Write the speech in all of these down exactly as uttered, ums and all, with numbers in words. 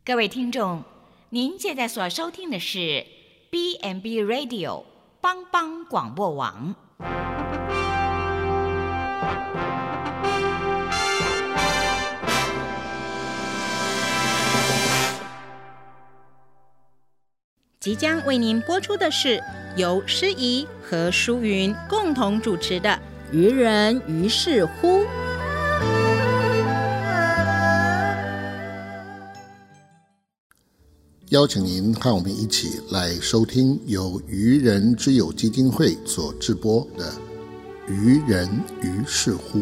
各位听众，您现在所收听的是 B and B Radio 帮帮广播网。即将为您播出的是由诗怡和舒云共同主持的《于人于是乎》。 邀请您和我们一起来收听由于人之友基金会所制播的《于人于是乎》。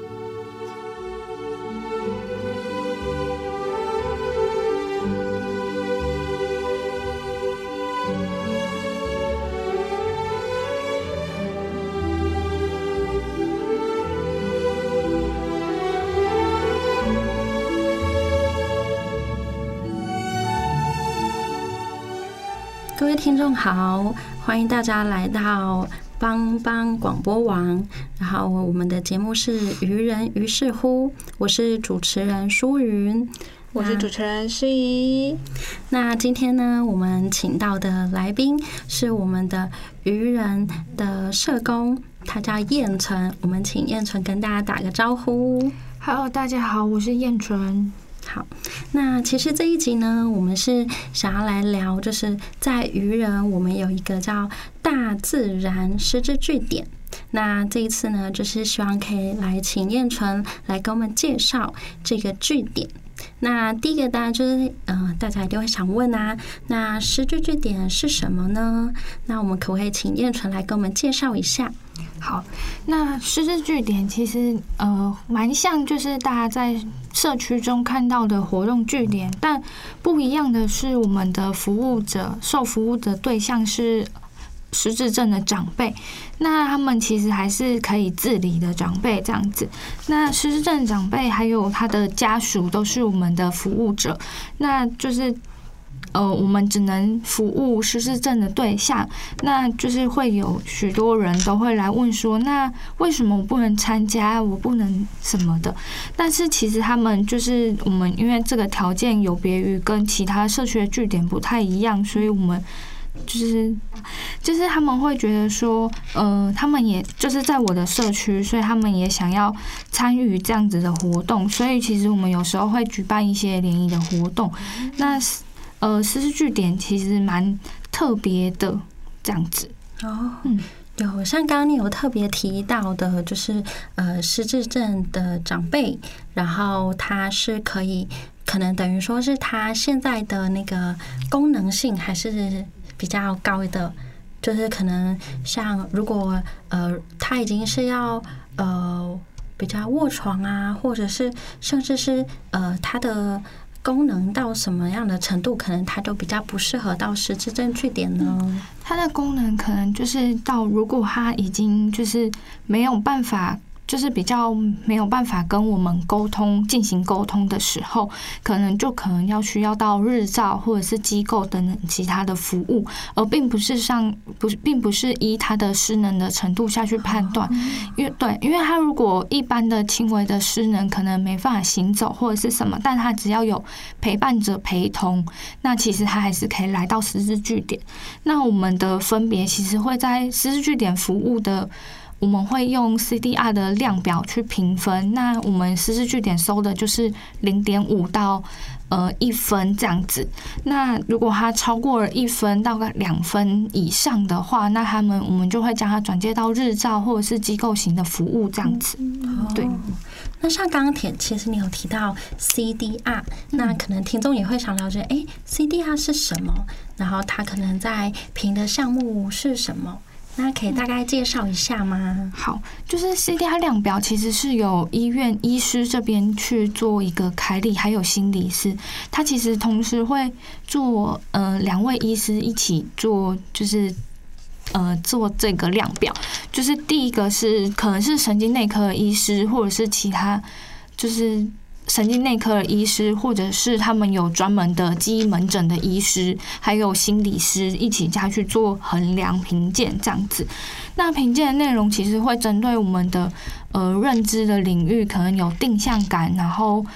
各位听众好，欢迎大家来到帮帮广播网，然后我们的节目是于人于是乎，我是主持人舒云， 我是主持人诗怡。 那今天呢，我们请到的来宾是我们的于人的社工，他叫燕纯，我们请燕纯跟大家打个招呼。 Hello， 大家好，我是燕纯。 好，那其实这一集呢，我们是想要来聊，就是在于人我们有一个叫大自然失智据点。那这一次呢，就是希望可以来请燕纯来给我们介绍这个据点。那第一个当然就是，呃，大家一定会想问啊，那失智据点是什么呢？那我们可不可以请燕纯来给我们介绍一下？ 好，那失智据点其实呃蛮像就是大家在社区中看到的活动据点，但不一样的是，我们的服务者受服务的对象是失智症的长辈，那他们其实还是可以自理的长辈这样子。那失智症长辈还有他的家属都是我们的服务者，那就是呃，我们只能服务失智症的对象，那就是会有许多人都会来问说，那为什么我不能参加，我不能什么的？但是其实他们就是我们，因为这个条件有别于跟其他社区的据点不太一样，所以我们就是就是他们会觉得说，呃，他们也就是在我的社区，所以他们也想要参与这样子的活动，所以其实我们有时候会举办一些联谊的活动。那呃，失智据点其实蛮特别的，这样子。 哦，嗯，有像刚刚你有特别提到的，就是呃，失智症的长辈，然后他是可以，可能等于说是他现在的那个功能性还是比较高的，就是可能像如果呃，他已经是要呃比较卧床啊，或者是甚至是呃他的功能到什么样的程度，可能它就比较不适合到失智症据点呢？嗯， 它的功能可能就是到，如果它已经就是没有办法，就是比较没有办法跟我们沟通进行沟通的时候，可能就可能要需要到日照或者是机构等等其他的服务，而并不是上不是并不是依他的失能的程度下去判断。因为对，因为他如果一般的轻微的失能，可能没办法行走或者是什么，但他只要有陪伴者陪同，那其实他还是可以来到失智据点。那我们的分别其实会在失智据点服务的。我们会用 C D R 的量表去评分，那我们失智据点收的就是零点五到呃一分这样子。那如果他超过了一分到两分以上的话，那他们我们就会将他转接到日照或者是机构型的服务这样子。对。 那像刚刚提，其实你有提到 C D R， 那可能听众也会想了解，哎、欸、，C D R 是什么？然后他可能在评的项目是什么？那可以大概介绍一下吗？ 好，就是 C D R 量表其实是由医院医师这边去做一个开立，还有心理师，他其实同时会做呃两位医师一起做，就是呃做这个量表。就是第一个是可能是神经内科的医师，或者是其他就是神经内科的医师，或者是他们有专门的记忆门诊的医师，还有心理师一起下去做衡量评鉴这样子。那评鉴的内容其实会针对我们的呃认知的领域，可能有定向感，然后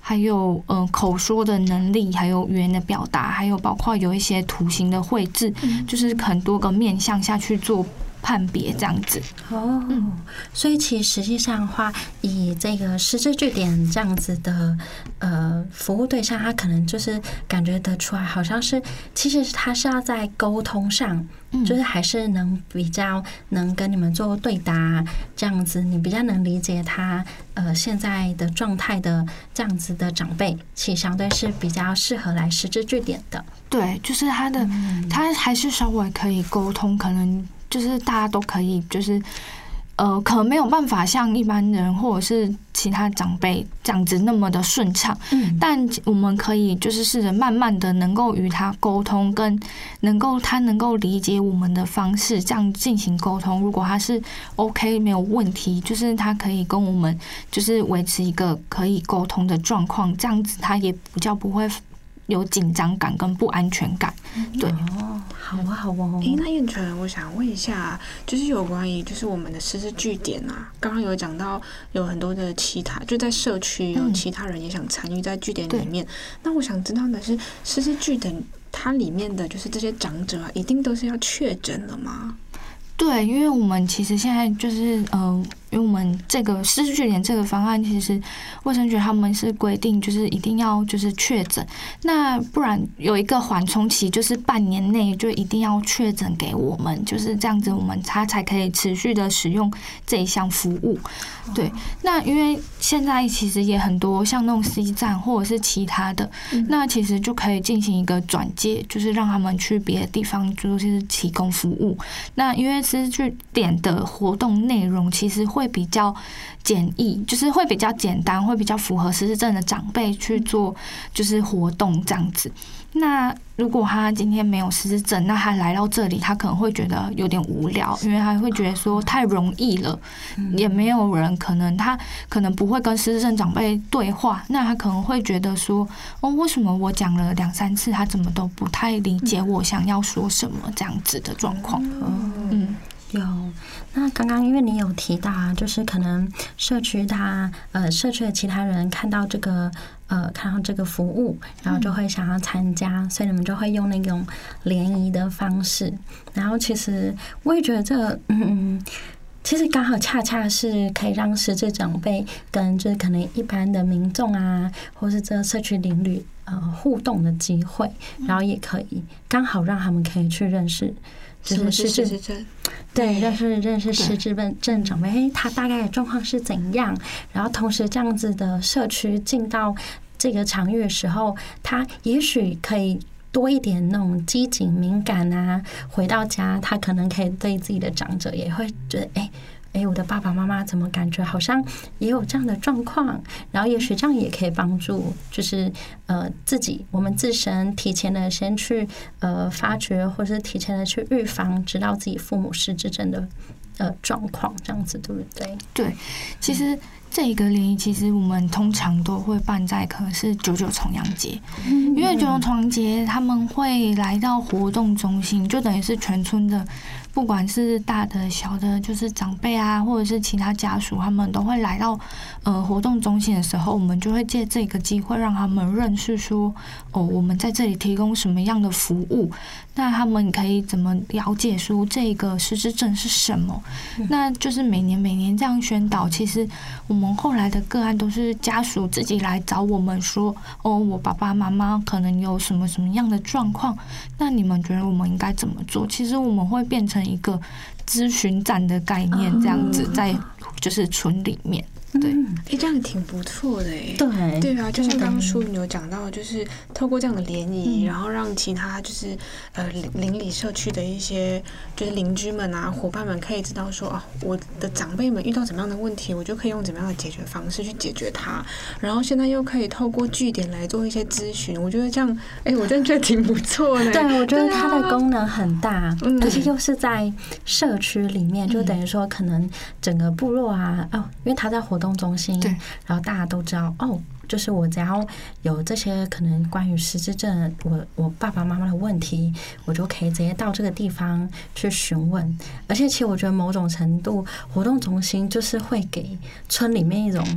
还有呃口说的能力，还有语言的表达，还有包括有一些图形的绘制，嗯、就是很多个面向下去做判别这样子。 哦，嗯、所以其实实际上的话，以这个失智据点这样子的呃服务对象，他可能就是感觉得出来，好像是其实他是要在沟通上，嗯、就是还是能比较能跟你们做对答这样子，你比较能理解他呃现在的状态的这样子的长辈，其实相对是比较适合来失智据点的。 对，就是他的，嗯、他还是稍微可以沟通，可能。就是大家都可以，就是呃，可能没有办法像一般人或者是其他长辈这样子那么的顺畅，嗯，但我们可以就是试着慢慢的能够与他沟通，跟能够他能够理解我们的方式，这样进行沟通。如果他是 OK 没有问题，就是他可以跟我们就是维持一个可以沟通的状况，这样子他也比较不会有紧张感跟不安全感。对， 哦，好啊，好啊。 哎，那燕纯，我想问一下，就是有关于就是我们的失智据点啊，刚刚有讲到有很多的其他，就在社区有其他人也想参与在据点里面。嗯、那我想知道的是，失智据点它里面的就是这些长者啊，一定都是要确诊了吗？ 对，因为我们其实现在就是呃。因为我们这个失智据点这个方案，其实卫生局他们是规定，就是一定要就是确诊，那不然有一个缓冲期，就是半年内就一定要确诊给我们，就是这样子，我们他才可以持续的使用这一项服务。对，那因为现在其实也很多像那种 C 站或者是其他的，那其实就可以进行一个转介，就是让他们去别的地方就是提供服务。那因为失智据点的活动内容其实会会比较简易，就是会比较简单，会比较符合失智症的长辈去做，就是活动这样子。那如果他今天没有失智症，那他来到这里，他可能会觉得有点无聊，因为他会觉得说太容易了，也没有人可能他可能不会跟失智症长辈对话，那他可能会觉得说，哦，为什么我讲了两三次，他怎么都不太理解我想要说什么这样子的状况。嗯。 有，那刚刚因为你有提到啊，就是可能社区他呃社区的其他人看到这个呃看到这个服务，然后就会想要参加，嗯、所以你们就会用那种联谊的方式。然后其实我也觉得这个嗯。其实刚好恰恰是可以让失智长辈跟就是可能一般的民众啊，或是这个社区邻里呃互动的机会，然后也可以刚好让他们可以去认识。就是失智症，对，认识认识失智症长辈，哎，他大概的状况是怎样？然后同时这样子的社区进到这个场域的时候，他也许可以多一点那种机警敏感啊。回到家，他可能可以对自己的长者也会觉得，哎。哎，我的爸爸妈妈怎么感觉好像也有这样的状况？然后也许这样也可以帮助，就是呃自己我们自身提前的先去呃发觉，或是提前的去预防，知道自己父母失智症的呃状况，这样子对不对？ 对，其实这个联谊其实我们通常都会办在可能是九九重阳节，因为九九重阳节他们会来到活动中心，就等于是全村的。不管是大的小的，就是长辈啊，或者是其他家属，他们都会来到呃活动中心的时候，我们就会借这个机会让他们认识说，哦，我们在这里提供什么样的服务，那他们可以怎么了解说这个失智症是什么？那就是每年每年这样宣导，其实我们后来的个案都是家属自己来找我们说，哦，我爸爸妈妈可能有什么什么样的状况，那你们觉得我们应该怎么做？其实我们会变成一个咨询站的概念，这样子在就是村里面。对， 哎，这样挺不错的哎。 对， 对啊，就像刚刚淑云有讲到，就是透过这样的联谊，然后让其他就是呃邻里社区的一些就是邻居们啊、伙伴们可以知道说，哦，我的长辈们遇到怎么样的问题，我就可以用怎么样的解决方式去解决它。然后现在又可以透过据点来做一些咨询，我觉得这样，哎，我真的觉得挺不错的。 对，我觉得它的功能很大，嗯、而且又是在社区里面，就等于说可能整个部落啊，哦，因为他在活动中心，对，然后大家都知道哦，就是我只要有这些可能关于失智症，我我爸爸妈妈的问题，我就可以直接到这个地方去询问。而且其实我觉得某种程度，活动中心就是会给村里面一种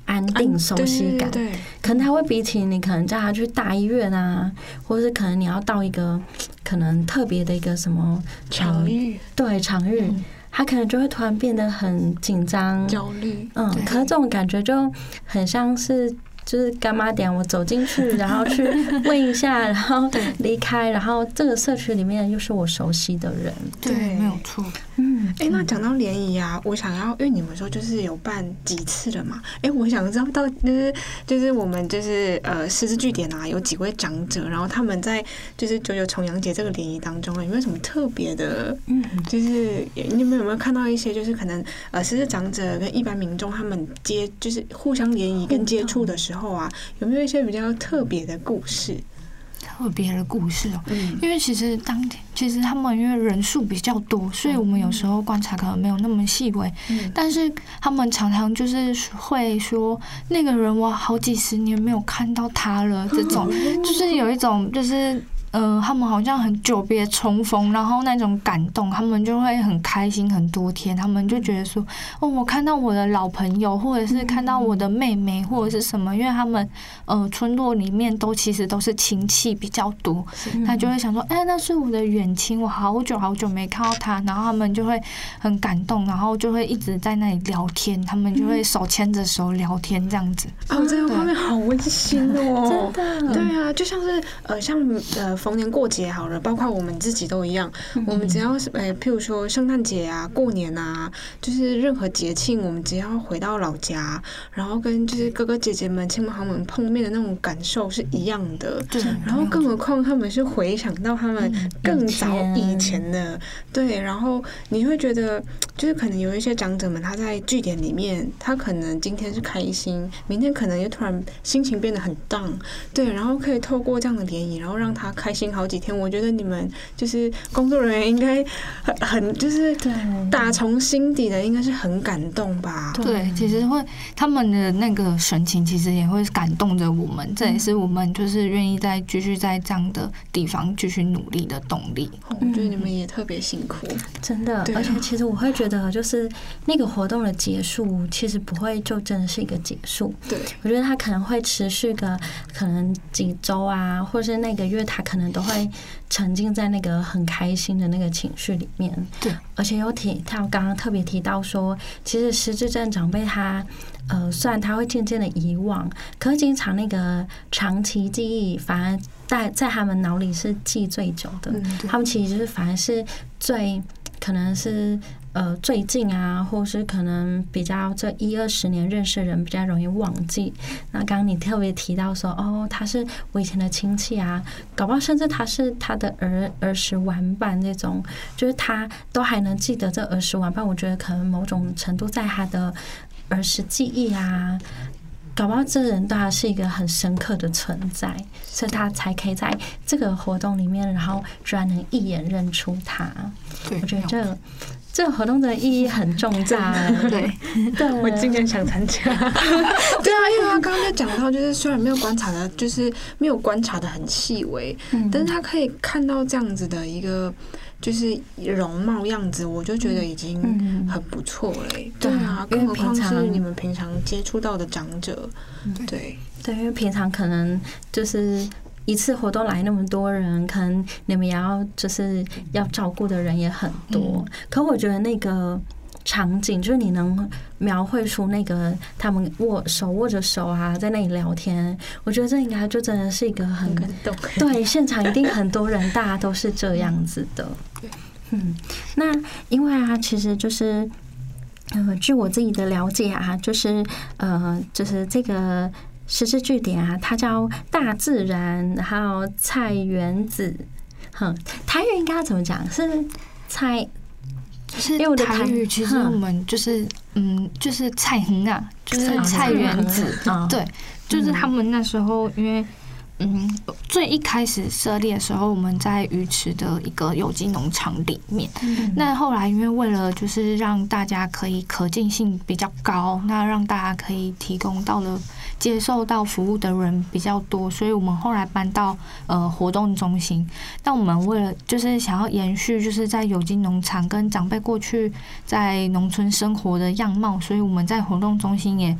安定熟悉感。 对对对， 可能他会比起你可能叫他去大医院啊，或是可能你要到一个可能特别的一个什么场域， 呃、对场域。嗯，他可能就会突然变得很紧张、 焦虑， 嗯，可是这种感觉就很像是就是干妈点，我走进去，然后去问一下，然后离开，然后这个社区里面又是我熟悉的人， 对，没有错。 嗯，哎、欸，那讲到联谊啊，我想要，因为你们说就是有办几次了嘛，哎、欸，我想知道到就是就是我们就是呃十字据点啊，有几位长者，然后他们在就是九九重阳节这个联谊当中，有没有什么特别的？嗯，就是你们有没有看到一些就是可能呃十字长者跟一般民众他们接就是互相联谊跟接触的时候啊，有没有一些比较特别的故事？ 特别的故事哦、喔，嗯，因为其实当天其实他们因为人数比较多，所以我们有时候观察可能没有那么细微，嗯，但是他们常常就是会说那个人我好几十年没有看到他了，这种就是有一种就是呃，他们好像很久别重逢，然后那种感动，他们就会很开心很多天，他们就觉得说，哦，我看到我的老朋友，或者是看到我的妹妹，或者是什么，因为他们呃村落里面都其实都是亲戚比较多，他就会想说，哎，那是我的远亲，我好久好久没看到他，然后他们就会很感动，然后就会一直在那里聊天，他们就会手牵着手聊天这样子。 哦，这个画面好温馨哦， 真的， 对啊，就像是呃，像呃。逢年过节好了，包括我们自己都一样。嗯、我们只要是呃，譬如说圣诞节啊、过年啊，就是任何节庆，我们只要回到老家，然后跟就是哥哥姐姐们、亲朋好友们碰面的那种感受是一样的。对。然后更何况他们是回想到他们更早以前的，对。然后你会觉得，就是可能有一些长者们，他在据点里面，他可能今天是开心，明天可能又突然心情变得很 down， 对。然后可以透过这样的联谊，然后让他开心好几天，我觉得你们就是工作人员应该很很就是打从心底的应该是很感动吧？ 对，其实会他们的那个神情其实也会感动着我们，这也是我们就是愿意再继续在这样的地方继续努力的动力。 我觉得你们也特别辛苦， 真的。而且其实我会觉得，就是那个活动的结束，其实不会就真的是一个结束。 对， 我觉得它可能会持续个可能几周啊，或是那个月，它可能都会沉浸在那个很开心的那个情绪里面。 对， 而且有提他刚刚特别提到说，其实失智症长辈他呃，虽然他会渐渐的遗忘，可是经常那个长期记忆反而在在他们脑里是记最久的。嗯、他们其实就是反而是最可能是。呃，最近啊，或是可能比较这一二十年认识的人比较容易忘记。那刚刚你特别提到说，哦，他是我以前的亲戚啊，搞不好甚至他是他的儿儿时玩伴这种，就是他都还能记得这儿时玩伴。我觉得可能某种程度在他的儿时记忆啊。搞不好这人对他是一个很深刻的存在，所以他才可以在这个活动里面，然后居然能一眼认出他。我觉得这个这个活动的意义很重大。 对， 对，我今年想参加。对啊，因为他刚刚就讲到，就是虽然没有观察的，就是没有观察的很细微，嗯、但是他可以看到这样子的一个。就是容貌样子，我就觉得已经很不错了、欸嗯。对啊，更何况是你们平常接触到的长者。对对，因为平常可能就是一次活动来那么多人，可能你们也要就是要照顾的人也很多。嗯、可我觉得那个场景，就是你能描绘出那个他们握手握着手啊，在那里聊天，我觉得这应该就真的是一个很感动。 对，现场一定很多人，大家都是这样子的。嗯，那因为啊，其实就是呃，据我自己的了解啊，就是呃，就是这个失智据点啊，它叫大自然，还有菜园子。哼，台语应该怎么讲？是菜。 就是台语，其实我们就是嗯，就是菜园啊，就是菜园子，对，就是他们那时候因为嗯，最一开始设立的时候，我们在鱼池的一个有机农场里面。嗯、那后来因为为了就是让大家可以可进性比较高，那让大家可以提供到了接受到服务的人比较多，所以我们后来搬到呃活动中心。但我们为了就是想要延续就是在有机农场跟长辈过去在农村生活的样貌，所以我们在活动中心也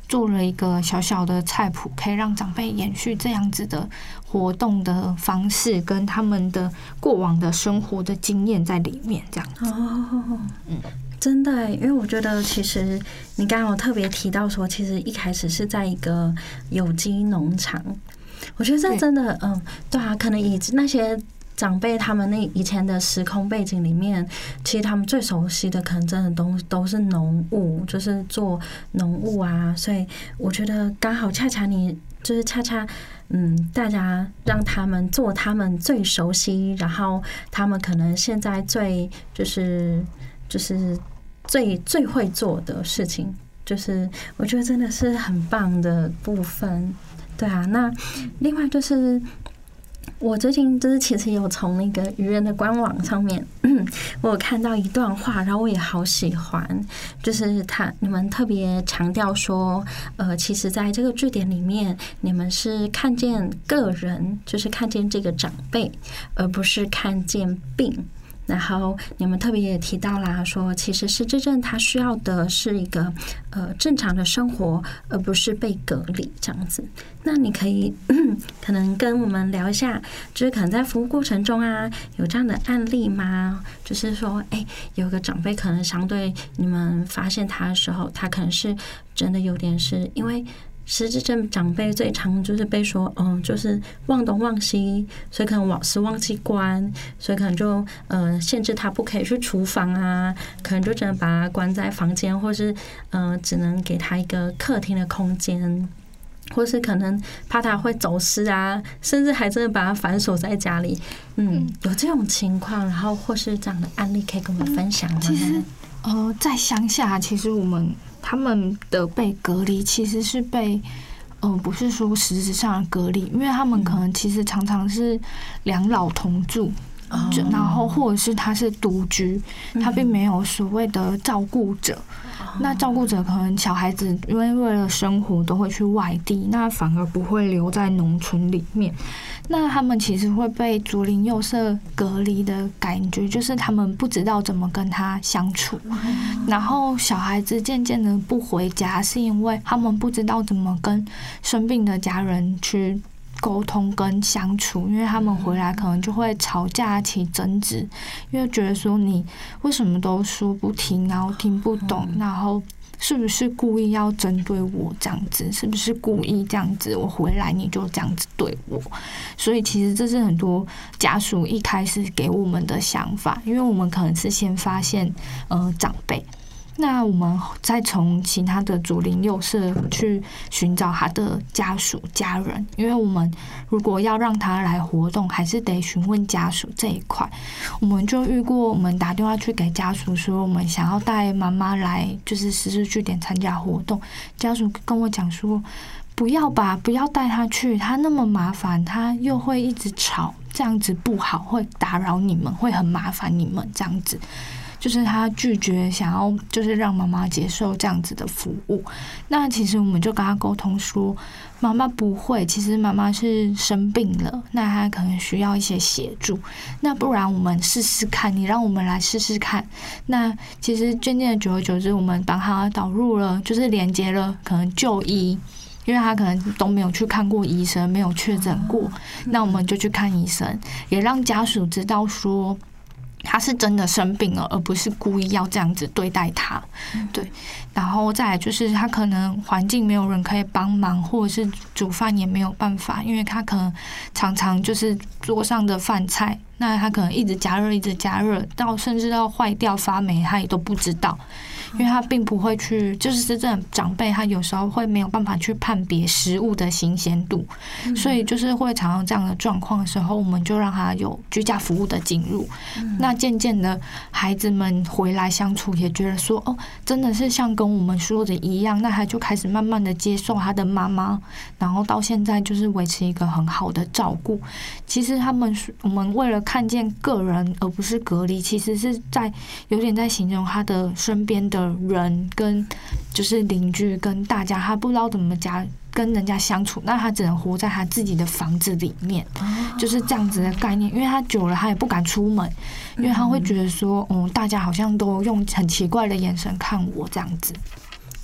做了一个小小的菜谱，可以让长辈延续这样子的活动的方式，跟他们的过往的生活的经验在里面，这样子。 哦，嗯。真的，因为我觉得其实你刚刚有特别提到说，其实一开始是在一个有机农场，我觉得这真的，嗯，对啊，可能以那些长辈他们那以前的时空背景里面，其实他们最熟悉的可能真的都都是农务，就是做农务啊，所以我觉得刚好恰恰你就是恰恰。嗯，大家让他们做他们最熟悉，然后他们可能现在最就是就是最最会做的事情，就是我觉得真的是很棒的部分。对啊，那另外就是我最近就是其实有从那个愚人的官网上面，我有看到一段话，然后我也好喜欢，就是他你们特别强调说，呃，其实在这个据点里面，你们是看见个人，就是看见这个长辈，而不是看见病。然后你们特别也提到啦，说其实失智症它需要的是一个呃正常的生活，而不是被隔离这样子。那你可以可能跟我们聊一下，就是可能在服务过程中啊，有这样的案例吗？就是说，哎，有个长辈可能相对你们发现他的时候，他可能是真的有点是因为。失智症长辈最常就是被说，嗯，就是忘东忘西，所以可能瓦斯忘记关，所以可能就呃限制他不可以去厨房啊，可能就只能把他关在房间，或是呃只能给他一个客厅的空间，或是可能怕他会走失啊，甚至还真的把他反锁在家里。嗯，有这种情况，然后或是这样的案例可以跟我们分享吗？ 其实呃，在乡下，其实我们。他们的被隔离其实是被，呃，不是说实质上的隔离，因为他们可能其实常常是两老同住，嗯、然后或者是他是独居，他并没有所谓的照顾者。嗯、那照顾者可能小孩子因为为了生活都会去外地，那反而不会留在农村里面。那他们其实会被左邻右舍隔离的感觉，就是他们不知道怎么跟他相处，然后小孩子渐渐的不回家，是因为他们不知道怎么跟生病的家人去沟通跟相处，因为他们回来可能就会吵架起争执，因为觉得说你为什么都说不听，然后听不懂，然后是不是故意要针对我这样子？是不是故意这样子？我回来你就这样子对我？所以其实这是很多家属一开始给我们的想法，因为我们可能是先发现呃长辈，那我们再从其他的左邻右舍去寻找他的家属家人，因为我们如果要让他来活动，还是得询问家属这一块。我们就遇过，我们打电话去给家属说，我们想要带妈妈来，就是失智据点参加活动，家属跟我讲说，不要吧，不要带他去，他那么麻烦，他又会一直吵，这样子不好，会打扰你们，会很麻烦你们这样子。就是他拒绝想要，就是让妈妈接受这样子的服务。那其实我们就跟他沟通说，妈妈不会，其实妈妈是生病了，那她可能需要一些协助。那不然我们试试看，你让我们来试试看。那其实渐渐的，久而久之，我们帮他导入了，就是连接了可能就医。因为他可能都没有去看过医生，没有确诊过，那我们就去看医生，也让家属知道说他是真的生病了，而不是故意要这样子对待他。对，然后再来就是他可能环境没有人可以帮忙，或者是煮饭也没有办法，因为他可能常常就是桌上的饭菜，那他可能一直加热一直加热，到甚至到坏掉发霉，他也都不知道。因为他并不会去，就是真正长辈，他有时候会没有办法去判别食物的新鲜度，嗯、所以就是会常常这样的状况的时候，我们就让他有居家服务的进入。嗯、那渐渐的，孩子们回来相处，也觉得说，哦，真的是像跟我们说的一样，那他就开始慢慢的接受他的妈妈，然后到现在就是维持一个很好的照顾。其实他们，我们为了看见个人，而不是隔离，其实是在有点在形容他的身边的人跟就是邻居跟大家，他不知道怎么家跟人家相处，那他只能活在他自己的房子里面，就是这样子的概念。因为他久了，他也不敢出门，因为他会觉得说，嗯，大家好像都用很奇怪的眼神看我这样子。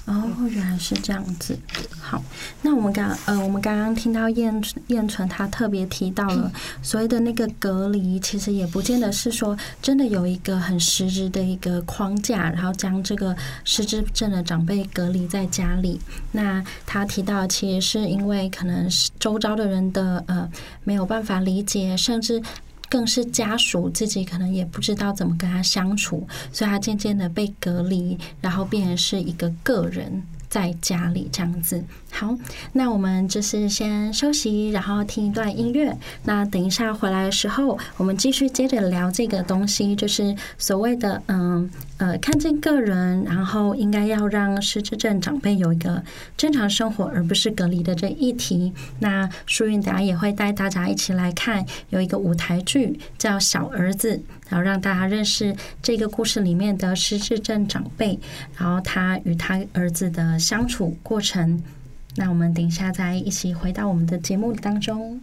哦，原来是这样子。好，那我们刚呃，我们刚刚听到燕燕纯他特别提到了所谓的那个隔离，其实也不见得是说真的有一个很实质的一个框架，然后将这个失智症的长辈隔离在家里。那他提到，其实是因为可能周遭的人的呃没有办法理解，甚至更是家属自己可能也不知道怎么跟他相处，所以他渐渐的被隔离，然后变成是一个个人在家里这样子。好，那我们就是先休息，然后听一段音乐。那等一下回来的时候，我们继续接着聊这个东西，就是所谓的嗯呃看见个人，然后应该要让失智症长辈有一个正常生活，而不是隔离的这议题。那淑云等下也会带大家一起来看有一个舞台剧叫《小儿子》，然后让大家认识这个故事里面的失智症长辈，然后他与他儿子的相处过程。那我们等一下再一起回到我们的节目当中。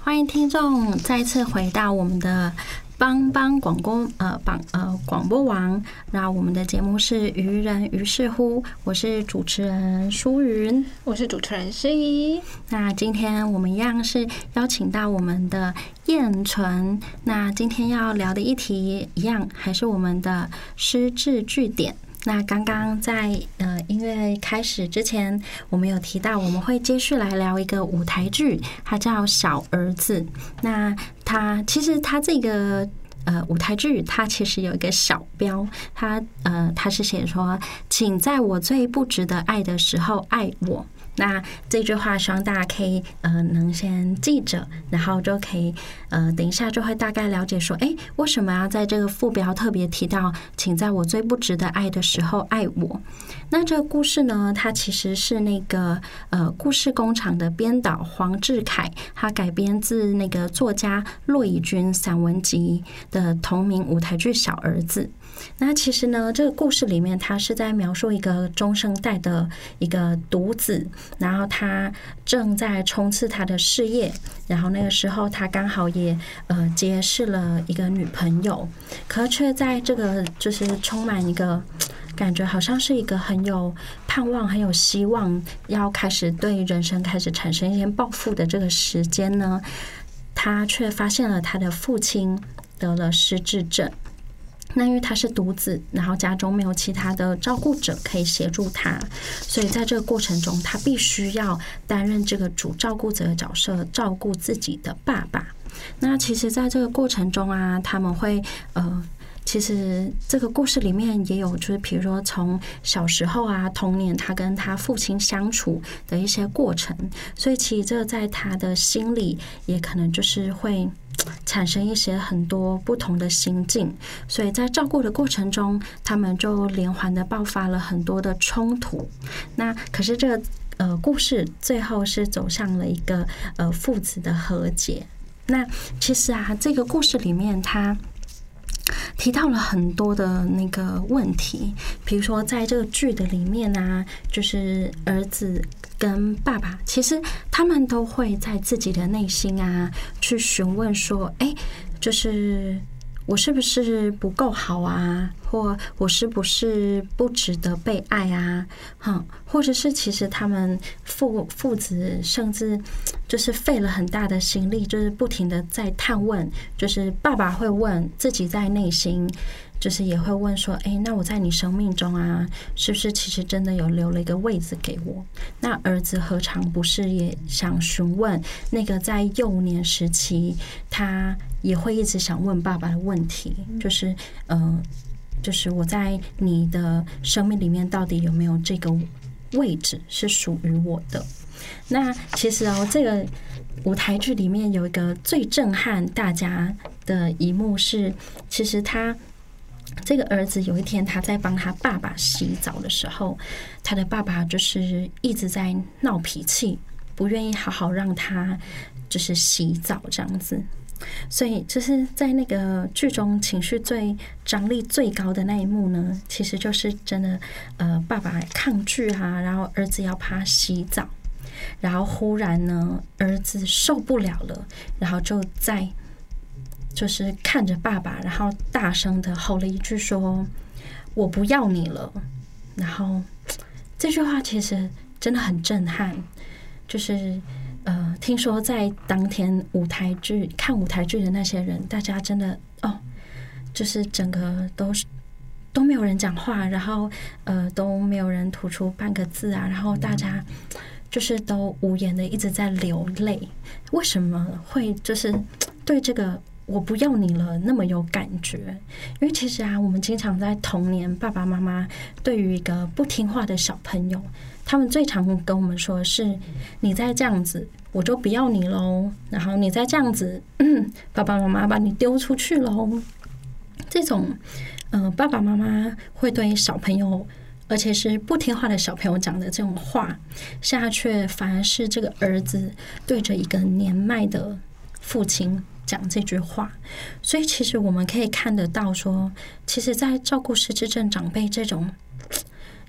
欢迎听众再次回到我们的帮帮广播呃帮呃广播网，那我们的节目是于人于是乎，我是主持人舒云， 我是主持人诗怡。 那今天我们一样是邀请到我们的燕纯，那今天要聊的议题一样还是我们的失智句点。那刚刚在呃音乐开始之前，我们有提到我们会接续来聊一个舞台剧，它叫《小儿子》。那它其实它这个呃舞台剧，它其实有一个小标，它呃它是写说，请在我最不值得爱的时候爱我。那这句话希望大家可以呃能先记着，然后就可以呃等一下就会大概了解说，哎，为什么要在这个副标特别提到，请在我最不值得爱的时候爱我。那这个故事呢，它其实是那个呃故事工厂的编导黄志凯，他改编自那个作家骆以军散文集的同名舞台剧《小儿子》。那其实呢，这个故事里面，他是在描述一个中生代的一个独子，然后他正在冲刺他的事业，然后那个时候他刚好也呃结识了一个女朋友，可却在这个就是充满一个感觉好像是一个很有盼望、很有希望，要开始对人生开始产生一些抱负的这个时间呢，他却发现了他的父亲得了失智症。那因为他是独子，然后家中没有其他的照顾者可以协助他，所以在这个过程中，他必须要担任这个主照顾者的角色，照顾自己的爸爸。那其实在这个过程中啊，他们会呃其实这个故事里面也有，就是比如说从小时候啊，童年他跟他父亲相处的一些过程，所以其实这在他的心里也可能就是会产生一些很多不同的心境，所以在照顾的过程中，他们就连环的爆发了很多的冲突。那可是这个呃故事最后是走向了一个呃父子的和解。那其实啊，这个故事里面它提到了很多的那个问题，比如说在这个剧的里面啊，就是儿子跟爸爸，其实他们都会在自己的内心啊去询问说，哎，就是我是不是不够好啊，或我是不是不值得被爱啊，哼，或者是其实他们父父子甚至就是费了很大的心力，就是不停的在探问，就是爸爸会问自己在内心，就是也会问说，哎，那我在你生命中啊，是不是其实真的有留了一个位置给我？那儿子何尝不是也想询问那个在幼年时期，他也会一直想问爸爸的问题，就是呃，就是我在你的生命里面到底有没有这个位置是属于我的？那其实哦，这个舞台剧里面有一个最震撼大家的一幕是，其实他这个儿子有一天他在帮他爸爸洗澡的时候，他的爸爸就是一直在闹脾气，不愿意好好让他就是洗澡这样子。所以就是在那个剧中情绪最张力最高的那一幕呢，其实就是真的呃爸爸抗拒啊，然后儿子要帮他洗澡，然后忽然呢儿子受不了了，然后就在就是看着爸爸，然后大声的吼了一句说，我不要你了。然后这句话其实真的很震撼，就是呃，听说在当天舞台剧看舞台剧的那些人，大家真的哦，就是整个都都没有人讲话，然后呃都没有人吐出半个字啊，然后大家就是都无言的一直在流泪。为什么会就是对这个我不要你了那么有感觉？因为其实啊，我们经常在童年，爸爸妈妈对于一个不听话的小朋友，他们最常跟我们说的是，你再这样子我就不要你喽，然后你再这样子嗯，爸爸妈妈把你丢出去喽。这种呃，爸爸妈妈会对小朋友，而且是不听话的小朋友讲的这种话，下却反而是这个儿子对着一个年迈的父亲讲这句话。所以其实我们可以看得到说，其实在照顾失智症长辈这种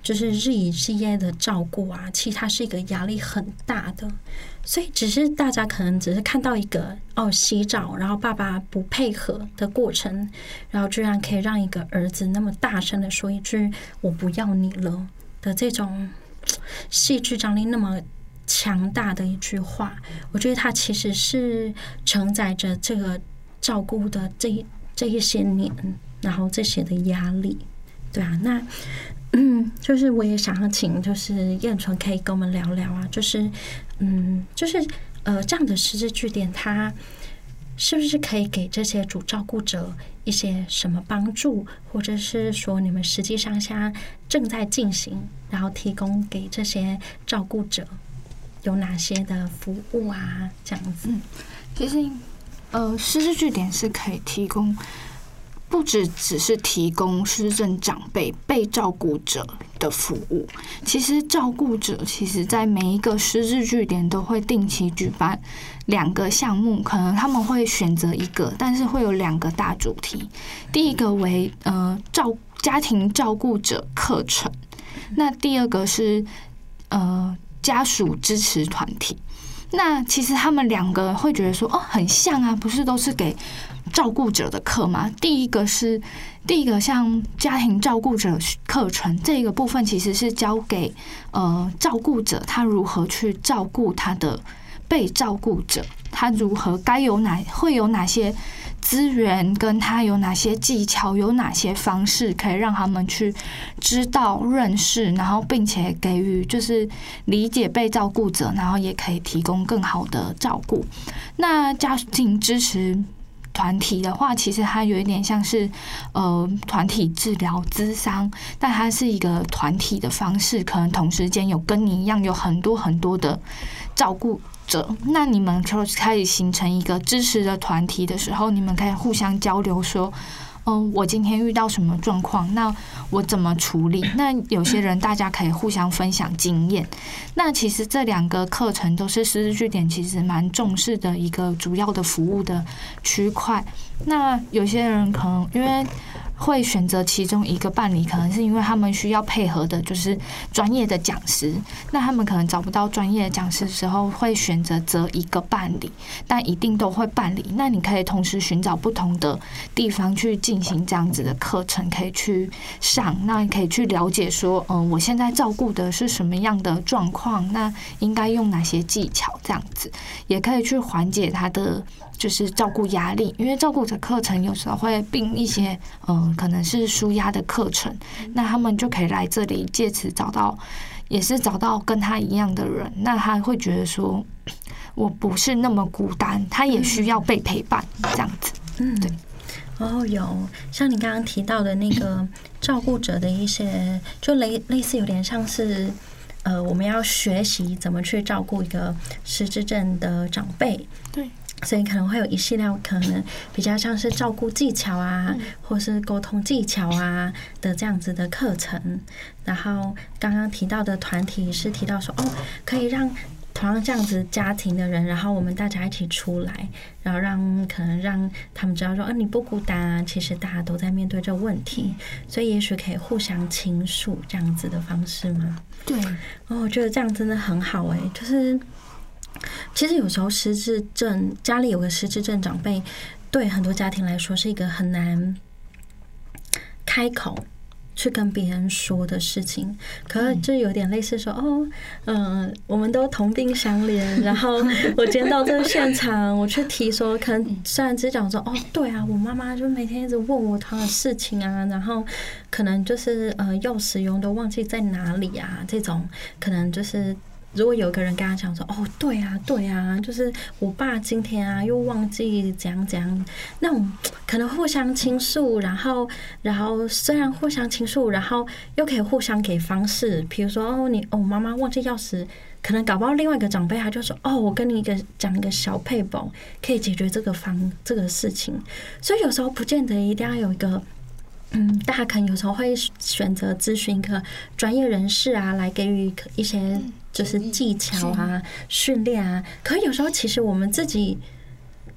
就是日以继夜的照顾啊，其实它是一个压力很大的。所以只是大家可能只是看到一个哦洗澡，然后爸爸不配合的过程，然后居然可以让一个儿子那么大声的说一句“我不要你了”的这种戏剧张力那么强大的一句话，我觉得它其实是承载着这个照顾的这这一些年，然后这些的压力，对啊，那。嗯，就是我也想要请，就是燕纯可以跟我们聊聊啊，就是嗯，就是呃，这样的失智据点，它是不是可以给这些主照顾者一些什么帮助，或者是说你们实际上现在正在进行，然后提供给这些照顾者有哪些的服务啊？这样子， 嗯、其实呃，失智据点是可以提供。不只只是提供失智长辈被照顾者的服务，其实照顾者其实在每一个失智据点都会定期举办两个项目，可能他们会选择一个，但是会有两个大主题。第一个为呃照家庭照顾者课程，那第二个是呃家属支持团体。那其实他们两个会觉得说，哦，很像啊，不是都是给照顾者的课吗？第一个是第一个像家庭照顾者课程这个部分，其实是教给呃照顾者他如何去照顾他的被照顾者，他如何该有哪会有哪些资源，跟他有哪些技巧，有哪些方式可以让他们去知道、认识，然后并且给予就是理解被照顾者，然后也可以提供更好的照顾。那家庭支持团体的话，其实它有一点像是呃团体治疗咨商，但它是一个团体的方式，可能同时间有跟你一样有很多很多的照顾者，那你们就开始形成一个支持的团体的时候，你们可以互相交流说，嗯，我今天遇到什么状况，那我怎么处理？那有些人大家可以互相分享经验。那其实这两个课程都是失智据点其实蛮重视的一个主要的服务的区块。那有些人可能因为会选择其中一个办理，可能是因为他们需要配合的就是专业的讲师，那他们可能找不到专业的讲师的时候，会选择择一个办理，但一定都会办理。那你可以同时寻找不同的地方去进行这样子的课程，可以去上，那你可以去了解说，嗯、呃，我现在照顾的是什么样的状况，那应该用哪些技巧，这样子也可以去缓解他的就是照顾压力，因为照顾者课程有时候会并一些嗯、呃、可能是抒压的课程，那他们就可以来这里借此找到也是找到跟他一样的人，那他会觉得说我不是那么孤单，他也需要被陪伴这样子。 嗯，对。哦，有像你刚刚提到的那个照顾者的一些，就类类似有点像是呃我们要学习怎么去照顾一个失智症的长辈。 对。 所以可能会有一系列可能比较像是照顾技巧啊，或是沟通技巧啊的这样子的课程。然后刚刚提到的团体是提到说，哦，可以让同样这样子家庭的人，然后我们大家一起出来，然后让可能让他们知道说，啊，你不孤单啊，其实大家都在面对这个问题，所以也许可以互相倾诉这样子的方式吗？ 对， 哦，我觉得这样真的很好哎、欸，就是。其实有时候失智症家里有个失智症长辈，对很多家庭来说是一个很难开口去跟别人说的事情。可是就有点类似说，哦，嗯、呃，我们都同病相怜。然后我今天到这个现场，我去提说，可能虽然只讲说，哦，对啊，我妈妈就每天一直问我她的事情啊，然后可能就是呃钥匙永远都忘记在哪里啊，这种可能就是。如果有个人跟他讲说，哦，对啊，对啊，就是我爸今天啊又忘记怎样怎样，那种可能互相倾诉，然后，然后虽然互相倾诉，然后又可以互相给方式，比如说，哦，你哦，妈妈忘记钥匙，可能搞不好另外一个长辈他就说，哦，我跟你一个讲一个小配宝，可以解决这个方这个事情，所以有时候不见得一定要有一个。嗯，大家可能有时候会选择咨询一个专业人士啊，来给予一些就是技巧啊、训练啊。可有时候其实我们自己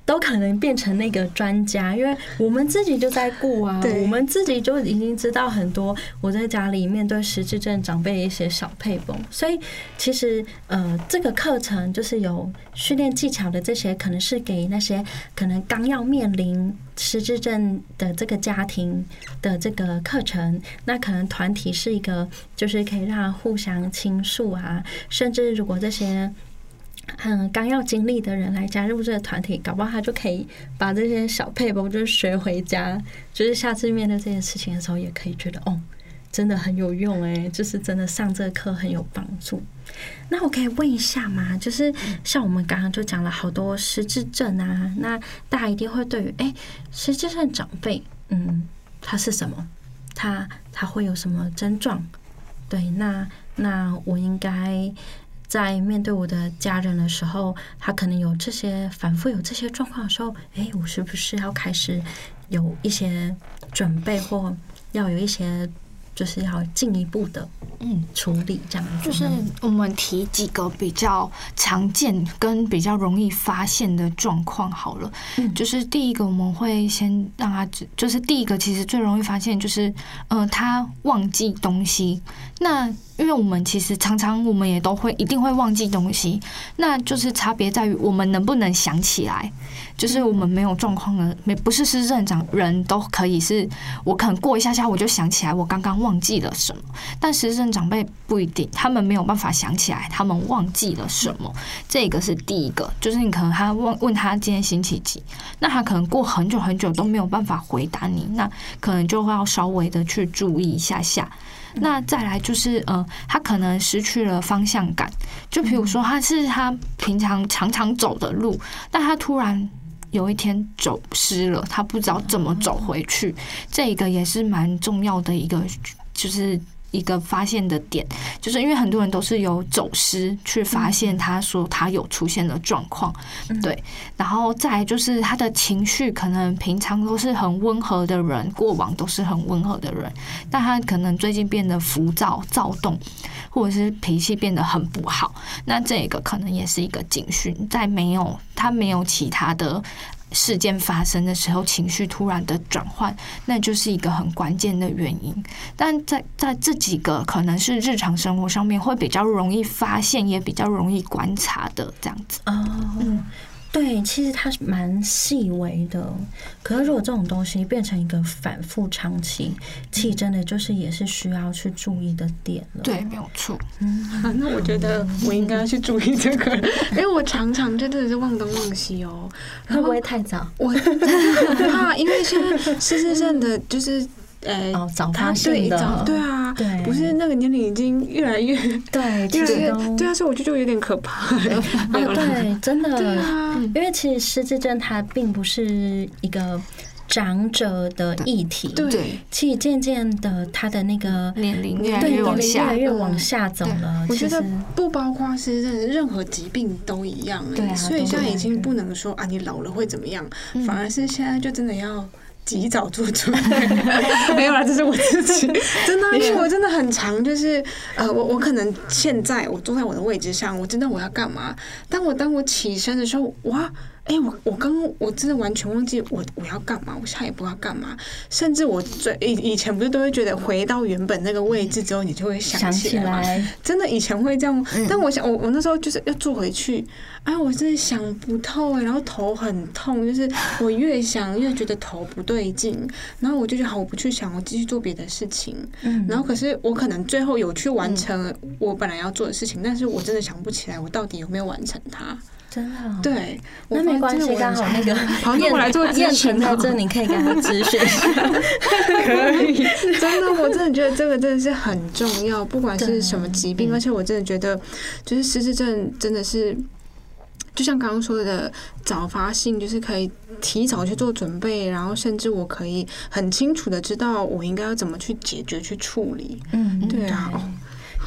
都可能变成那个专家，因为我们自己就在顾啊，我们自己就已经知道很多我在家里面对失智症长辈的一些小配方，所以其实呃这个课程就是有训练技巧的，这些可能是给那些可能刚要面临失智症的这个家庭的这个课程，那可能团体是一个就是可以让互相倾诉啊，甚至如果这些嗯，刚要经历的人来加入这个团体，搞不好他就可以把这些小配方就是学回家，就是下次面对这件事情的时候，也可以觉得哦，真的很有用哎、欸，就是真的上这个课很有帮助。那我可以问一下吗？就是像我们刚刚就讲了好多失智症啊，那大家一定会对于哎失智症长辈，嗯，他是什么？他他会有什么症状？对，那那我应该。在面对我的家人的时候，他可能有这些反复有这些状况的时候，哎，我是不是要开始有一些准备，或要有一些就是要进一步的嗯处理这样子？ 就是我们提几个比较常见跟比较容易发现的状况好了。嗯，就是第一个我们会先让他，就是第一个其实最容易发现就是，呃，他忘记东西。那因为我们其实常常我们也都会一定会忘记东西，那就是差别在于我们能不能想起来。就是我们没有状况的，没不是失智症人都可以是，我可能过一下下我就想起来我刚刚忘记了什么，但失智症长辈不一定，他们没有办法想起来他们忘记了什么。这个是第一个，就是你可能他问问他今天星期几，那他可能过很久很久都没有办法回答你，那可能就会要稍微的去注意一下下。那再来就是呃，他可能失去了方向感，就比如说他是他平常常常走的路，但他突然有一天走失了，他不知道怎么走回去，这个也是蛮重要的一个，就是一个发现的点，就是因为很多人都是有走失去发现他说他有出现的状况，对，然后再来就是他的情绪可能平常都是很温和的人，过往都是很温和的人，但他可能最近变得浮躁、躁动，或者是脾气变得很不好，那这个可能也是一个警讯，在没有他没有其他的事件发生的时候，情绪突然的转换，那就是一个很关键的原因。但在在这几个可能是日常生活上面会比较容易发现，也比较容易观察的这样子。 哦，嗯，对，其实它是蛮细微的。可是如果这种东西变成一个反复长期，其实真的就是也是需要去注意的点了。 对，没有错。 嗯，啊，那我觉得我应该要去注意这个，因为我常常就真的是忘东忘西哦。 会不会太早？ 我很怕，因为现在失智症的就是。呃， 哦，早发性的， 对啊， 对， 不是那个年龄已经越来越， 对， 越来越，对啊，所以我就觉得有点可怕。 哦，对，真的， 对啊， 因为其实失智症它并不是一个长者的议题， 对， 其实渐渐的他的那个年龄越来越往下， 越来越往下走了。 我觉得不包括失智症，任何疾病都一样， 对啊， 所以现在已经不能说啊，你老了会怎么样，反而是现在就真的要。及早做准备，没有啦，这是我自己真的，因为我真的很常就是呃，我我可能现在我坐在我的位置上，我知道我要干嘛，但我当我起身的时候，哇！哎、欸，我我刚我真的完全忘记我我要干嘛，我下一步要干嘛，甚至我最以以前不是都会觉得回到原本那个位置之后，你就会想起来嘛， 来真的以前会这样，但我想我我那时候就是要坐回去，哎，我真的想不透哎、欸，然后头很痛，就是我越想越觉得头不对劲，然后我就觉得好，我不去想，我继续做别的事情，嗯，然后可是我可能最后有去完成我本来要做的事情，但是我真的想不起来我到底有没有完成它。 真的、哦， 对， 那没关系，刚好那个好，那我来做验程在这，你可以跟他咨询一下。 可以，真的，我真的觉得这个真的是很重要，不管是什么疾病，而且我真的觉得，就是失智症真的是，就像刚刚说的，早发性，就是可以提早去做准备，然后甚至我可以很清楚的知道我应该要怎么去解决、去处理。嗯，对啊。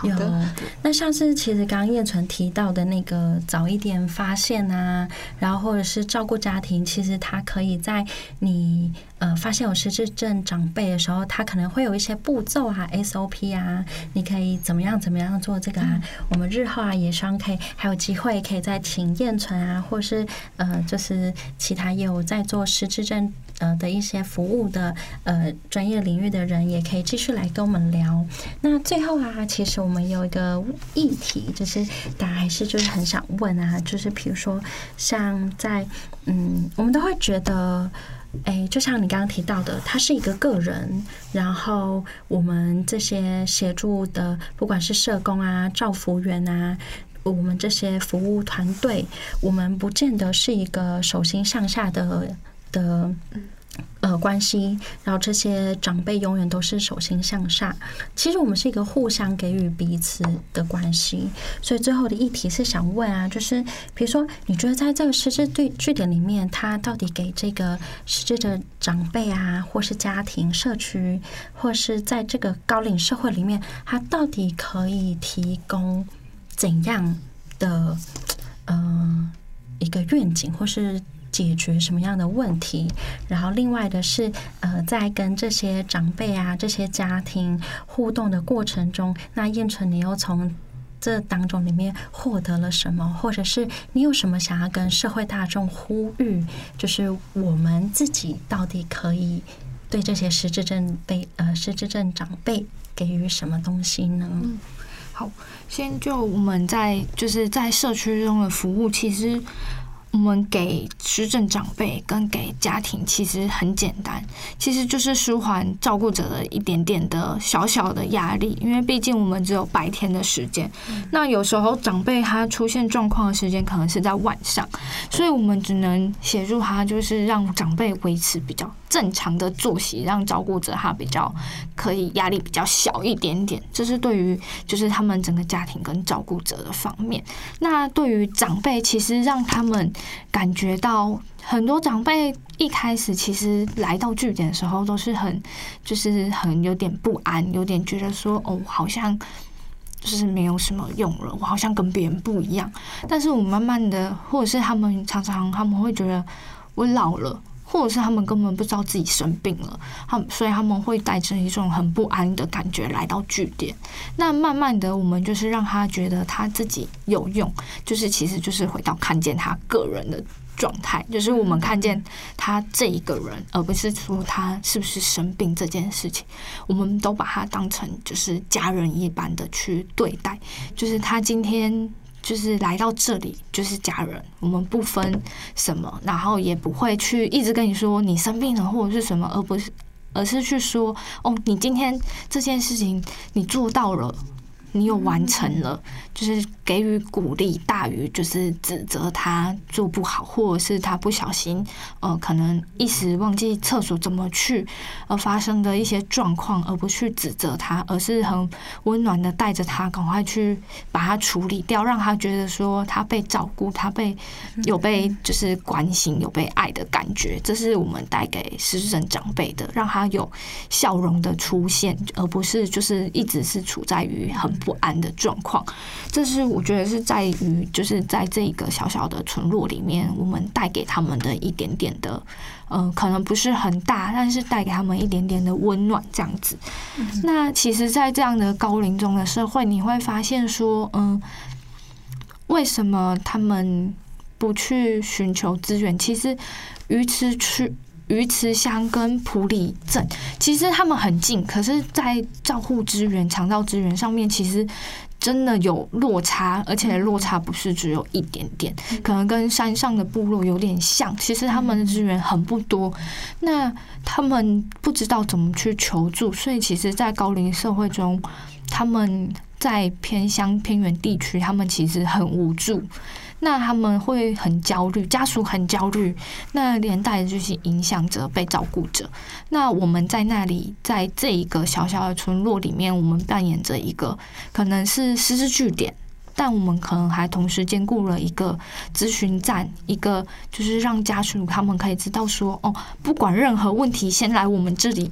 好的。 有，那像是其实刚刚燕纯提到的那个早一点发现啊，然后或者是照顾家庭，其实它可以在你呃发现有失智症长辈的时候，它可能会有一些步骤啊 S O P 啊，你可以怎么样怎么样做这个啊。我们日后啊也希望可以还有机会可以再请燕纯啊，或是呃就是其他也有在做失智症呃的一些服务的呃专业领域的人，也可以继续来跟我们聊。那最后啊，其实我们有一个议题，就是大家还是就是很想问啊，就是比如说像在嗯，我们都会觉得。哎，就像你刚刚提到的，他是一个个人，然后我们这些协助的，不管是社工啊、照服员啊，我们这些服务团队，我们不见得是一个手心向下的的呃关系，然后这些长辈永远都是手心向下。其实我们是一个互相给予彼此的关系，所以最后的议题是想问啊，就是比如说，你觉得在这个失智据点里面，它到底给这个失智的长辈啊，或是家庭、社区，或是在这个高龄社会里面，它到底可以提供怎样的呃一个愿景，或是解决什么样的问题？然后另外的是，呃，在跟这些长辈啊、这些家庭互动的过程中，那燕纯你又从这当中里面获得了什么，或者是你有什么想要跟社会大众呼吁？就是我们自己到底可以对这些失智症被呃失智症长辈给予什么东西呢？ 嗯，好，先就我们在就是在社区中的服务，其实。我们给失智长辈跟给家庭其实很简单，其实就是舒缓照顾者的一点点的小小的压力，因为毕竟我们只有白天的时间，那有时候长辈他出现状况的时间可能是在晚上，所以我们只能协助他，就是让长辈维持比较正常的作息，让照顾者他比较可以压力比较小一点点，这是对于就是他们整个家庭跟照顾者的方面。那对于长辈，其实让他们感觉到很多长辈一开始其实来到据点的时候都是很就是很有点不安，有点觉得说哦好像就是没有什么用了，我好像跟别人不一样。但是我慢慢的，或者是他们常常他们会觉得我老了，或者是他们根本不知道自己生病了，他们所以他们会带着一种很不安的感觉来到据点。那慢慢的，我们就是让他觉得他自己有用，就是其实就是回到看见他个人的状态，就是我们看见他这一个人，而不是说他是不是生病这件事情，我们都把他当成就是家人一般的去对待，就是他今天。就是来到这里就是家人，我们不分什么，然后也不会去一直跟你说你生病了或者是什么，而不是而是去说哦，你今天这件事情你做到了，你有完成了，就是给予鼓励大于就是指责他做不好，或者是他不小心呃可能一时忘记厕所怎么去而发生的一些状况，而不去指责他，而是很温暖的带着他赶快去把它处理掉，让他觉得说他被照顾，他被有被就是关心，有被爱的感觉，这是我们带给失智症长辈的，让他有笑容的出现，而不是就是一直是处在于很不安的状况。这是我觉得是在于就是在这个小小的村落里面，我们带给他们的一点点的呃，可能不是很大，但是带给他们一点点的温暖这样子。嗯、那其实在这样的高龄中的社会，你会发现说嗯、呃，为什么他们不去寻求资源？其实鱼池区鱼池乡跟埔里镇其实他们很近，可是在照护资源、长照资源上面，其实真的有落差，而且落差不是只有一点点，可能跟山上的部落有点像。其实他们的资源很不多，那他们不知道怎么去求助，所以其实，在高龄社会中，他们在偏乡偏远地区，他们其实很无助。那他们会很焦虑，家属很焦虑，那连带的就是影响着被照顾者。那我们在那里，在这一个小小的村落里面，我们扮演着一个可能是失智据点，但我们可能还同时兼顾了一个咨询站，一个就是让家属他们可以知道说，哦，不管任何问题，先来我们这里。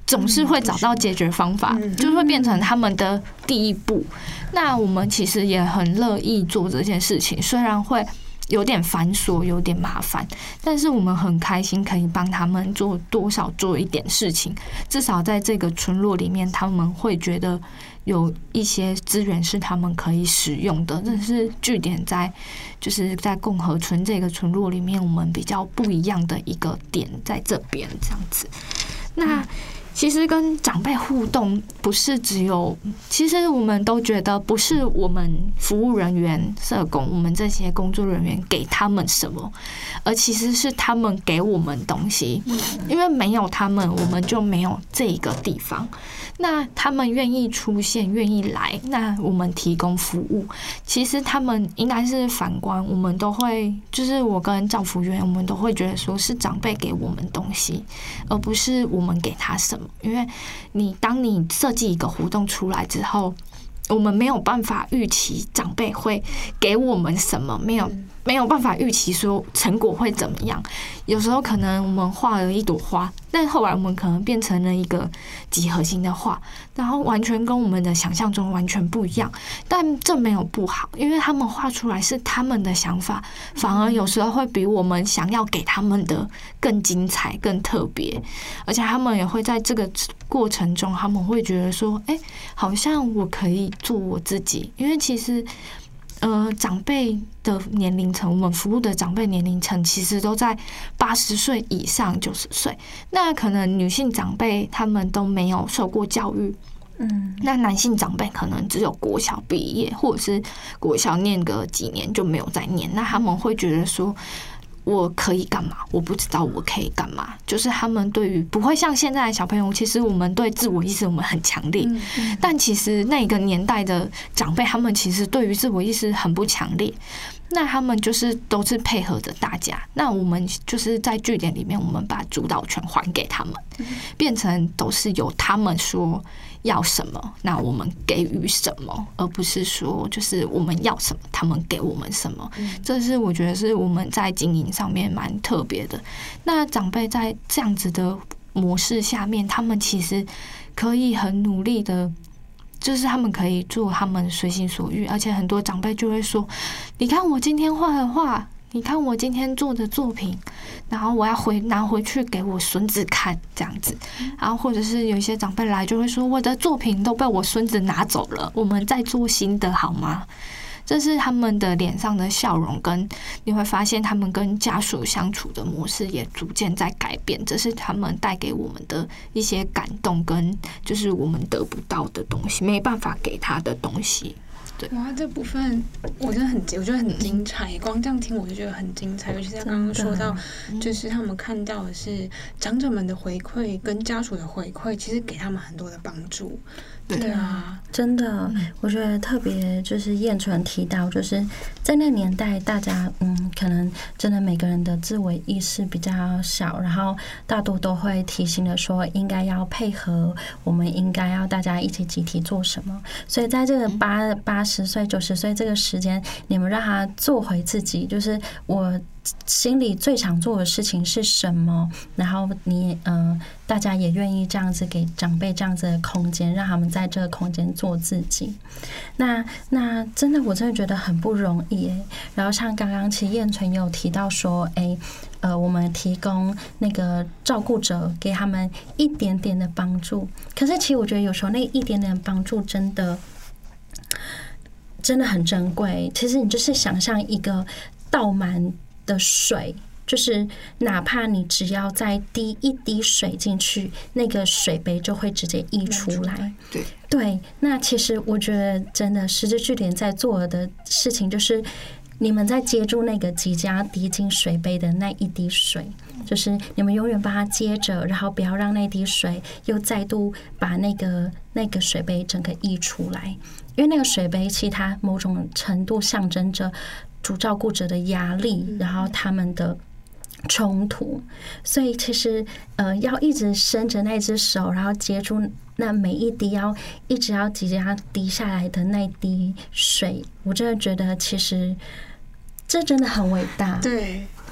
总是会找到解决方法，就会变成他们的第一步。那我们其实也很乐意做这件事情，虽然会有点繁琐，有点麻烦，但是我们很开心可以帮他们做多少做一点事情，至少在这个村落里面，他们会觉得有一些资源是他们可以使用的。这是据点在就是在共和村这个村落里面，我们比较不一样的一个点在这边这样子。那其实跟长辈互动不是只有，其实我们都觉得不是我们服务人员、社工，我们这些工作人员给他们什么，而其实是他们给我们东西，因为没有他们，我们就没有这一个地方。那他们愿意出现，愿意来，那我们提供服务，其实他们应该是反观，我们都会，就是我跟赵福员，我们都会觉得说是长辈给我们东西，而不是我们给他什么。因为你当你设计一个活动出来之后，我们没有办法预期长辈会给我们什么，没有没有办法预期说成果会怎么样。有时候可能我们画了一朵花，但后来我们可能变成了一个几何形的画，然后完全跟我们的想象中完全不一样。但这没有不好，因为他们画出来是他们的想法，反而有时候会比我们想要给他们的更精彩、更特别。而且他们也会在这个过程中，他们会觉得说：“哎，好像我可以做我自己。”因为其实。呃，长辈的年龄层，我们服务的长辈年龄层其实都在八十岁以上、九十岁。那可能女性长辈他们都没有受过教育，嗯，那男性长辈可能只有国小毕业，或者是国小念个几年就没有再念。那他们会觉得说，我可以干嘛？我不知道我可以干嘛。就是他们对于不会像现在的小朋友，其实我们对自我意识我们很强烈，嗯嗯、但其实那个年代的长辈，他们其实对于自我意识很不强烈。那他们就是都是配合着大家。那我们就是在据点里面，我们把主导权还给他们，变成都是由他们说要什么，那我们给予什么，而不是说就是我们要什么，他们给我们什么。这是我觉得是我们在经营上面蛮特别的。那长辈在这样子的模式下面，他们其实可以很努力的。就是他们可以做他们随心所欲，而且很多长辈就会说：“你看我今天画的画，你看我今天做的作品，然后我要回拿回去给我孙子看，这样子。”然后或者是有一些长辈来就会说：“我的作品都被我孙子拿走了，我们再做新的好吗？”这是他们的脸上的笑容，跟你会发现他们跟家属相处的模式也逐渐在改变。这是他们带给我们的一些感动，跟就是我们得不到的东西，没办法给他的东西。对， 哇，这部分我真的很，我觉得很精彩。光这样听我就觉得很精彩，尤其是刚刚说到，就是他们看到的是长者们的回馈跟家属的回馈，其实给他们很多的帮助。对啊， 真的，我觉得特别就是燕纯提到，就是在那年代，大家嗯，可能真的每个人的自我意识比较小，然后大多都会提醒的说，应该要配合，我们应该要大家一起集体做什么。所以在这个八八十岁、九十岁这个时间，你们让他做回自己，就是我。心里最想做的事情是什么？然后你呃，大家也愿意这样子给长辈这样子的空间，让他们在这个空间做自己。那那真的，我真的觉得很不容易哎。然后像刚刚其实燕纯有提到说，哎、欸，呃，我们提供那个照顾者给他们一点点的帮助。可是其实我觉得有时候那一点点的帮助真的真的很珍贵。其实你就是想象一个倒满的水，就是哪怕你只要再滴一滴水进去，那个水杯就会直接溢出来。 对对，那其实我觉得真的实质据点在做的事情，就是你们在接住那个即将滴进水杯的那一滴水，就是你们永远把它接着，然后不要让那滴水又再度把那个那个水杯整个溢出来，因为那个水杯其实它某种程度象征着主照顾者的压力，然后他们的冲突，所以其实呃要一直伸着那只手，然后接住那每一滴要一直要即将滴下来的那滴水，我真的觉得其实这真的很伟大。 对，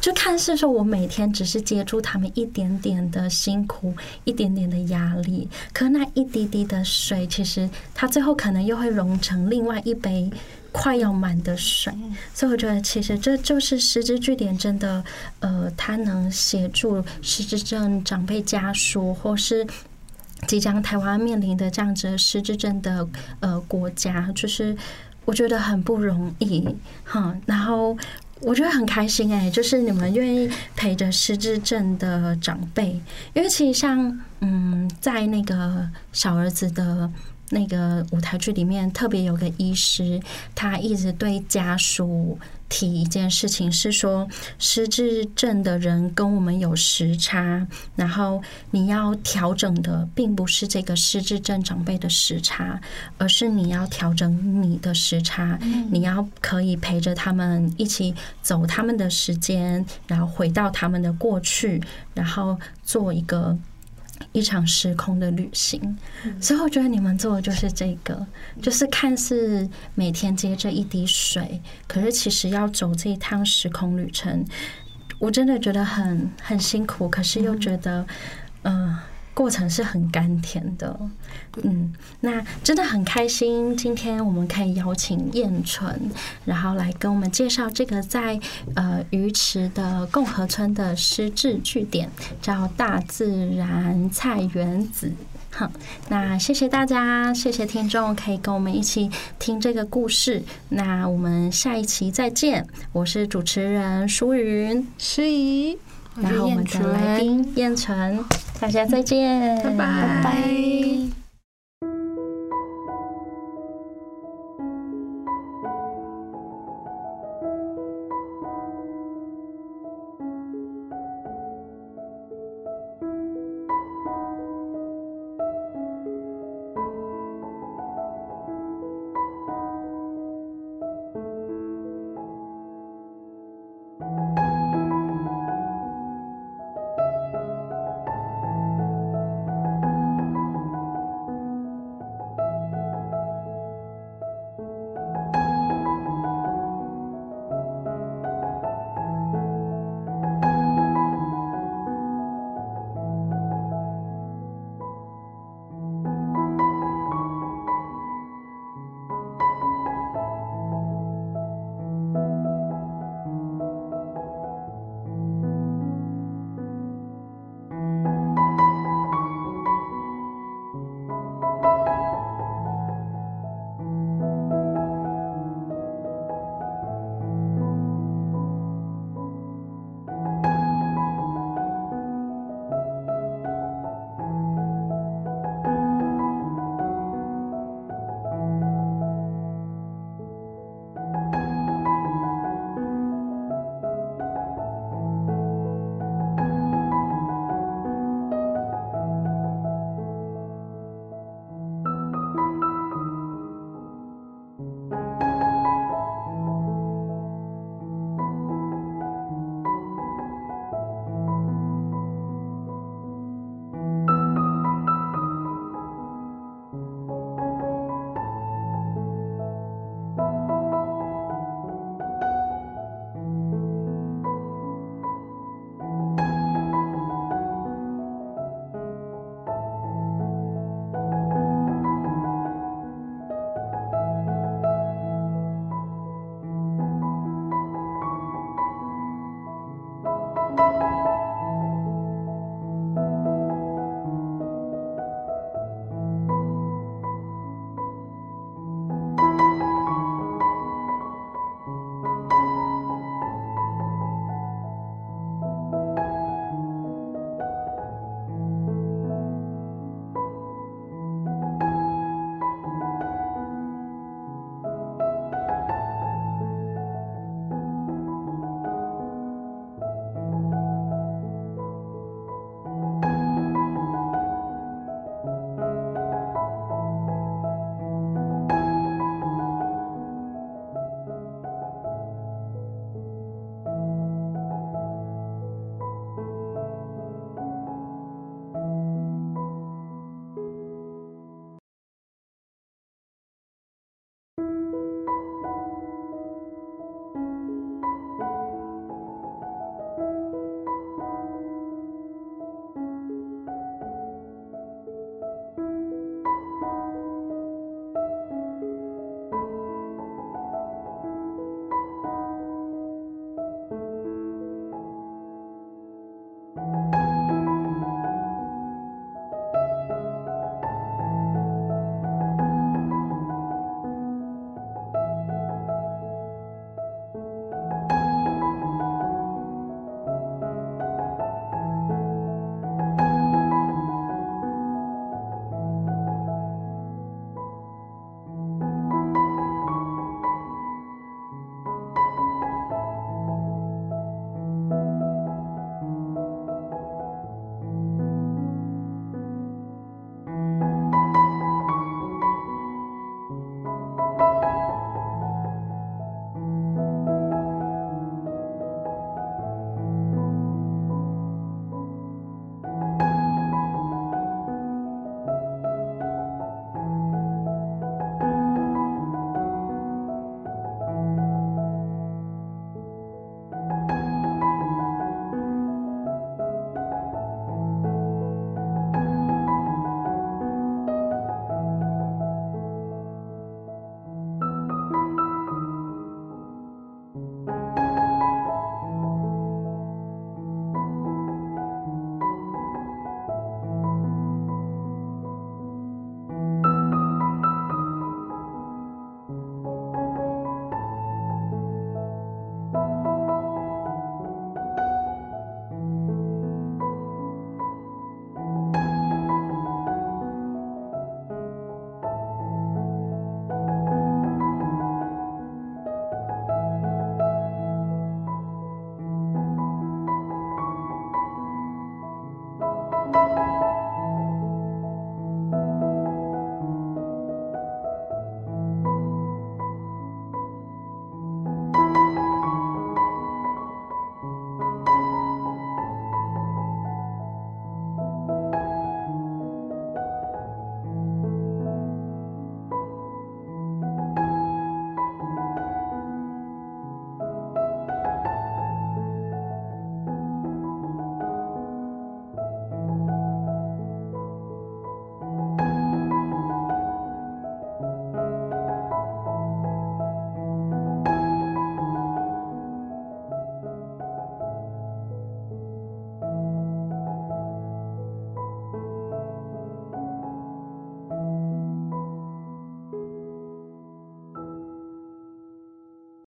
就看似说我每天只是接住他们一点点的辛苦，一点点的压力，可那一滴滴的水，其实它最后可能又会融成另外一杯快要满的水。所以我觉得其实这就是失智据点真的，呃，它能协助失智症长辈家属或是即将台湾面临的这样子失智症的呃国家，就是我觉得很不容易哈。然后我觉得很开心哎、欸，就是你们愿意陪着失智症的长辈，因为其实像嗯，在那个小儿子的那个舞台剧里面，特别有个医师，他一直对家属提一件事情，是说失智症的人跟我们有时差，然后你要调整的并不是这个失智症长辈的时差，而是你要调整你的时差，你要可以陪着他们一起走他们的时间，然后回到他们的过去，然后做一个一场时空的旅行。所以我觉得你们做的就是这个，就是看似每天接着一滴水，可是其实要走这一趟时空旅程，我真的觉得很很辛苦，可是又觉得嗯、呃过程是很甘甜的。嗯，那真的很开心，今天我们可以邀请燕纯，然后来跟我们介绍这个在呃鱼池的共和村的失智据点，叫大自然菜园子。好，那谢谢大家，谢谢听众可以跟我们一起听这个故事。那我们下一期再见，我是主持人舒云、 诗怡， 然后我们的来宾燕纯，大家再见， 拜拜。